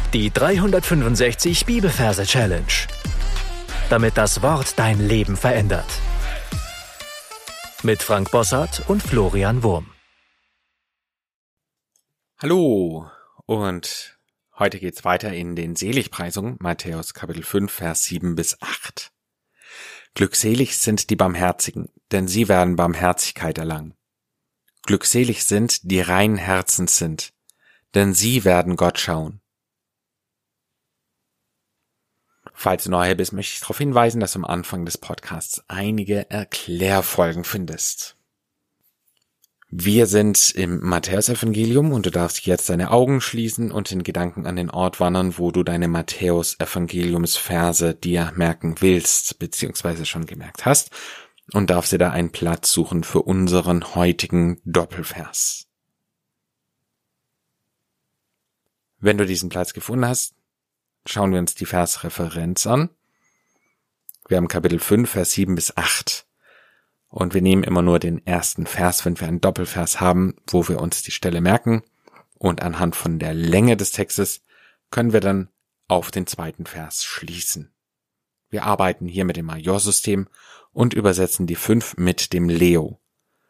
Die 365 Bibelverse Challenge. Damit das Wort dein Leben verändert. Mit Frank Bossart und Florian Wurm. Hallo und heute geht's weiter in den Seligpreisungen, Matthäus Kapitel 5, Vers 7 bis 8. Glückselig sind die Barmherzigen, denn sie werden Barmherzigkeit erlangen. Glückselig sind, die reinen Herzens sind, denn sie werden Gott schauen. Falls du neu bist, möchte ich darauf hinweisen, dass du am Anfang des Podcasts einige Erklärfolgen findest. Wir sind im Matthäus-Evangelium und du darfst jetzt deine Augen schließen und in Gedanken an den Ort wandern, wo du deine Matthäus-Evangeliumsverse dir merken willst, beziehungsweise schon gemerkt hast, und darfst dir da einen Platz suchen für unseren heutigen Doppelvers. Wenn du diesen Platz gefunden hast, schauen wir uns die Versreferenz an. Wir haben Kapitel 5, Vers 7 bis 8. Und wir nehmen immer nur den ersten Vers, wenn wir einen Doppelvers haben, wo wir uns die Stelle merken. Und anhand von der Länge des Textes können wir dann auf den zweiten Vers schließen. Wir arbeiten hier mit dem Majorsystem und übersetzen die 5 mit dem Leo.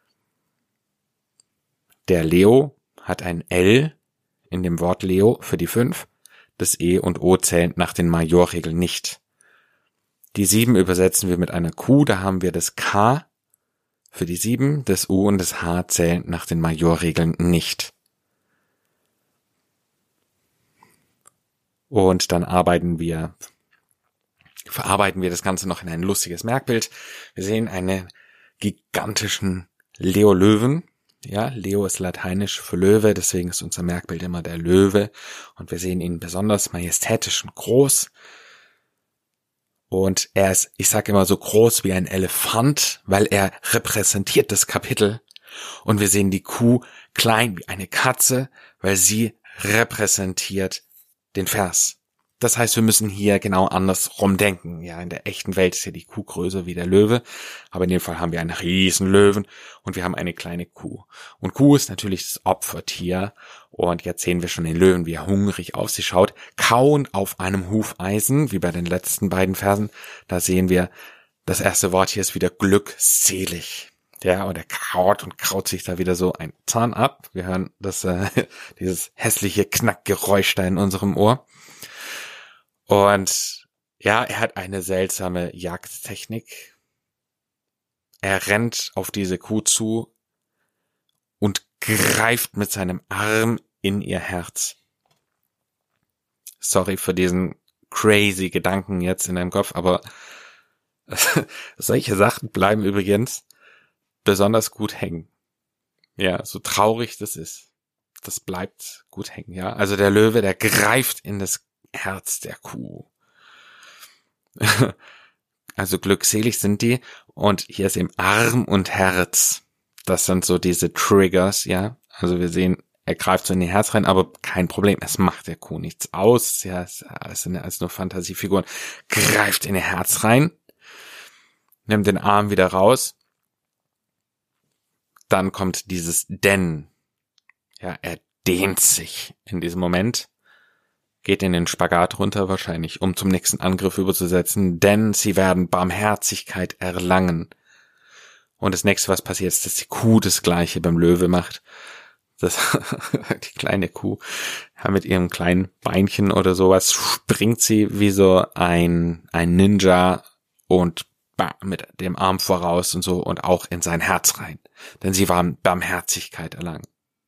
Der Leo hat ein L in dem Wort Leo für die 5. Das E und O zählen nach den Majorregeln nicht. Die 7 übersetzen wir mit einer Q, da haben wir das K für die 7, das U und das H zählen nach den Majorregeln nicht. Und dann verarbeiten wir das Ganze noch in ein lustiges Merkbild. Wir sehen einen gigantischen Leo-Löwen. Ja, Leo ist lateinisch für Löwe, deswegen ist unser Merkbild immer der Löwe. Und wir sehen ihn besonders majestätisch und groß. Und er ist, ich sage immer, so groß wie ein Elefant, weil er repräsentiert das Kapitel. Und wir sehen die Kuh klein wie eine Katze, weil sie repräsentiert den Vers. Das heißt, wir müssen hier genau andersrum denken. Ja, in der echten Welt ist ja die Kuh größer wie der Löwe, aber in dem Fall haben wir einen riesen Löwen und wir haben eine kleine Kuh. Und Kuh ist natürlich das Opfertier und jetzt sehen wir schon den Löwen, wie er hungrig auf sie schaut, kauend auf einem Hufeisen, wie bei den letzten beiden Versen. Da sehen wir, das erste Wort hier ist wieder glückselig. Ja, und er kaut und kaut sich da wieder so ein Zahn ab. Wir hören dieses hässliche Knackgeräusch da in unserem Ohr. Und ja, er hat eine seltsame Jagdtechnik. Er rennt auf diese Kuh zu und greift mit seinem Arm in ihr Herz. Sorry für diesen crazy Gedanken jetzt in deinem Kopf, aber solche Sachen bleiben übrigens besonders gut hängen. Ja, so traurig das ist. Das bleibt gut hängen, ja. Also der Löwe, der greift in das Herz der Kuh. Also glückselig sind die und hier ist eben Arm und Herz. Das sind so diese Triggers, ja. Also wir sehen, er greift so in ihr Herz rein, aber kein Problem, es macht der Kuh nichts aus. Ja, es sind ja alles nur Fantasiefiguren. Greift in ihr Herz rein, nimmt den Arm wieder raus. Dann kommt dieses Denn. Ja, er dehnt sich in diesem Moment. Geht in den Spagat runter wahrscheinlich, um zum nächsten Angriff überzusetzen, denn sie werden Barmherzigkeit erlangen. Und das nächste, was passiert, ist, dass die Kuh das Gleiche beim Löwe macht. Die kleine Kuh, ja, mit ihrem kleinen Beinchen oder sowas, springt sie wie so ein Ninja und mit dem Arm voraus und so und auch in sein Herz rein. Denn sie werden Barmherzigkeit erlangen.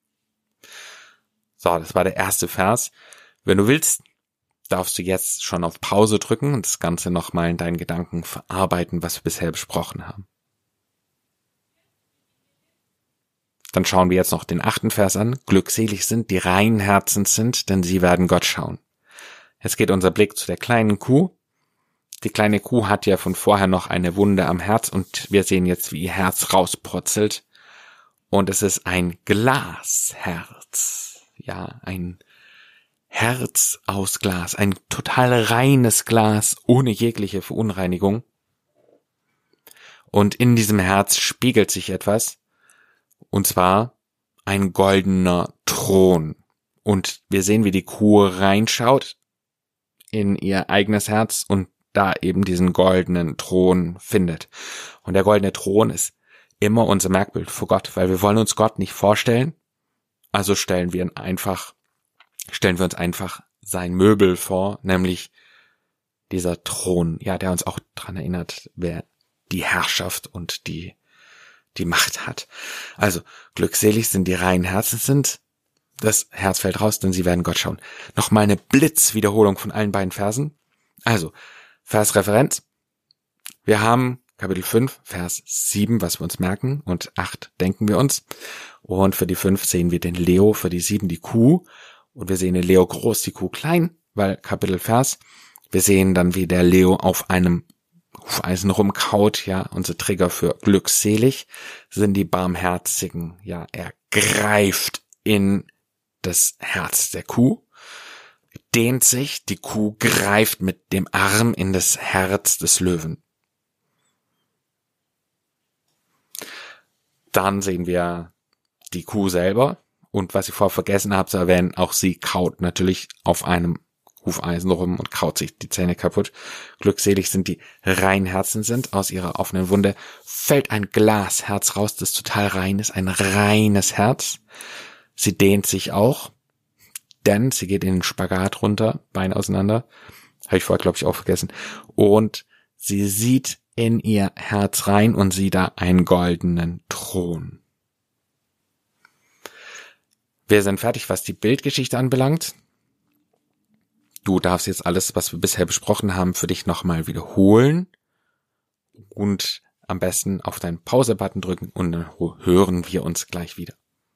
So, das war der erste Vers. Wenn du willst, darfst du jetzt schon auf Pause drücken und das Ganze nochmal in deinen Gedanken verarbeiten, was wir bisher besprochen haben. Dann schauen wir jetzt noch den 8. Vers an. Glückselig sind, die reinen Herzens sind, denn sie werden Gott schauen. Jetzt geht unser Blick zu der kleinen Kuh. Die kleine Kuh hat ja von vorher noch eine Wunde am Herz und wir sehen jetzt, wie ihr Herz rauspurzelt. Und es ist ein Glasherz. Ja, ein Herz aus Glas, ein total reines Glas, ohne jegliche Verunreinigung. Und in diesem Herz spiegelt sich etwas, und zwar ein goldener Thron. Und wir sehen, wie die Kuh reinschaut in ihr eigenes Herz und da eben diesen goldenen Thron findet. Und der goldene Thron ist immer unser Merkbild vor Gott, weil wir wollen uns Gott nicht vorstellen, also stellen wir uns einfach sein Möbel vor, nämlich dieser Thron, ja, der uns auch daran erinnert, wer die Herrschaft und die Macht hat. Also, glückselig sind die reinen Herzens sind, das Herz fällt raus, denn sie werden Gott schauen. Nochmal eine Blitzwiederholung von allen beiden Versen. Also, Versreferenz. Wir haben Kapitel 5, Vers 7, was wir uns merken, und 8 denken wir uns. Und für die 5 sehen wir den Leo, für die 7 die Kuh. Und wir sehen den Leo groß, die Kuh klein, weil Kapitelvers. Wir sehen dann, wie der Leo auf einem Hufeisen rumkaut, ja, unser Trigger für glückselig sind die Barmherzigen, ja, er greift in das Herz der Kuh, dehnt sich, die Kuh greift mit dem Arm in das Herz des Löwen. Dann sehen wir die Kuh selber und was ich vorher vergessen habe zu erwähnen, auch sie kaut natürlich auf einem Hufeisen rum und kaut sich die Zähne kaputt. Glückselig sind die reinen Herzen sind. Aus ihrer offenen Wunde fällt ein Glasherz raus, das total rein ist, ein reines Herz. Sie dehnt sich auch, denn sie geht in den Spagat runter, Beine auseinander. Habe ich vorher, glaube ich, auch vergessen. Und sie sieht in ihr Herz rein und sieht da einen goldenen Thron. Wir sind fertig, was die Bildgeschichte anbelangt. Du darfst jetzt alles, was wir bisher besprochen haben, für dich nochmal wiederholen und am besten auf deinen Pause-Button drücken und dann hören wir uns gleich wieder.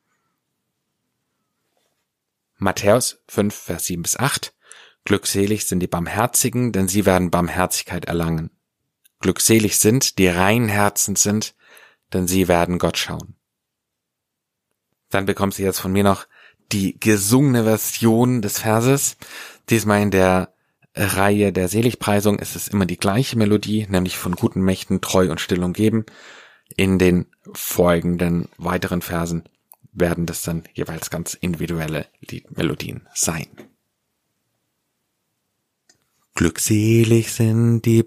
Matthäus 5, Vers 7 bis 8. Glückselig sind die Barmherzigen, denn sie werden Barmherzigkeit erlangen. Glückselig sind, die reinen Herzens sind, denn sie werden Gott schauen. Dann bekommst du jetzt von mir noch die gesungene Version des Verses. Diesmal in der Reihe der Seligpreisung ist es immer die gleiche Melodie, nämlich von guten Mächten treu und still umgeben. In den folgenden weiteren Versen werden das dann jeweils ganz individuelle Liedmelodien sein. Glückselig sind die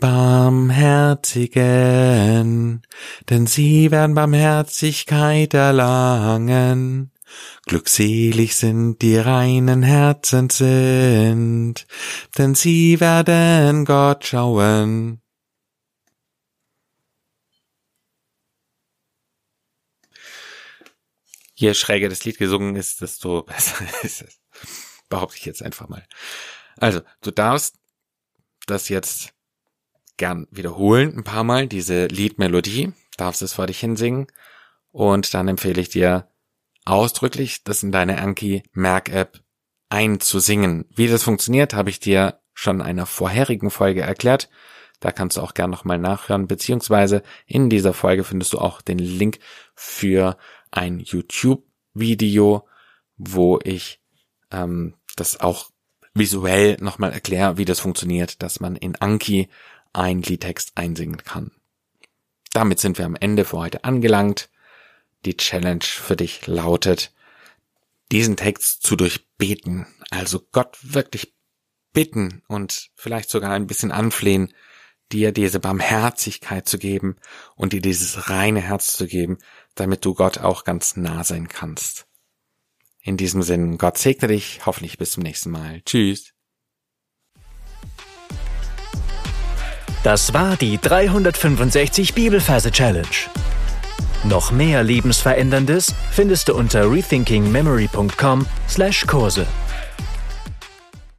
Barmherzigen, denn sie werden Barmherzigkeit erlangen. Glückselig sind die reinen Herzen sind, denn sie werden Gott schauen. Je schräger das Lied gesungen ist, desto besser ist es. Behaupte ich jetzt einfach mal. Also, du darfst das jetzt gern wiederholen, ein paar Mal, diese Liedmelodie, darfst es vor dich hinsingen und dann empfehle ich dir ausdrücklich, das in deine Anki-Merk-App einzusingen. Wie das funktioniert, habe ich dir schon in einer vorherigen Folge erklärt. Da kannst du auch gern nochmal nachhören, beziehungsweise in dieser Folge findest du auch den Link für ein YouTube-Video, wo ich das auch visuell nochmal erkläre, wie das funktioniert, dass man in Anki einen Liedtext einsingen kann. Damit sind wir am Ende für heute angelangt. Die Challenge für dich lautet, diesen Text zu durchbeten, also Gott wirklich bitten und vielleicht sogar ein bisschen anflehen, dir diese Barmherzigkeit zu geben und dir dieses reine Herz zu geben, damit du Gott auch ganz nah sein kannst. In diesem Sinn, Gott segne dich, hoffentlich bis zum nächsten Mal. Tschüss. Das war die 365 Bibelverse Challenge. Noch mehr Lebensveränderndes findest du unter rethinkingmemory.com/Kurse.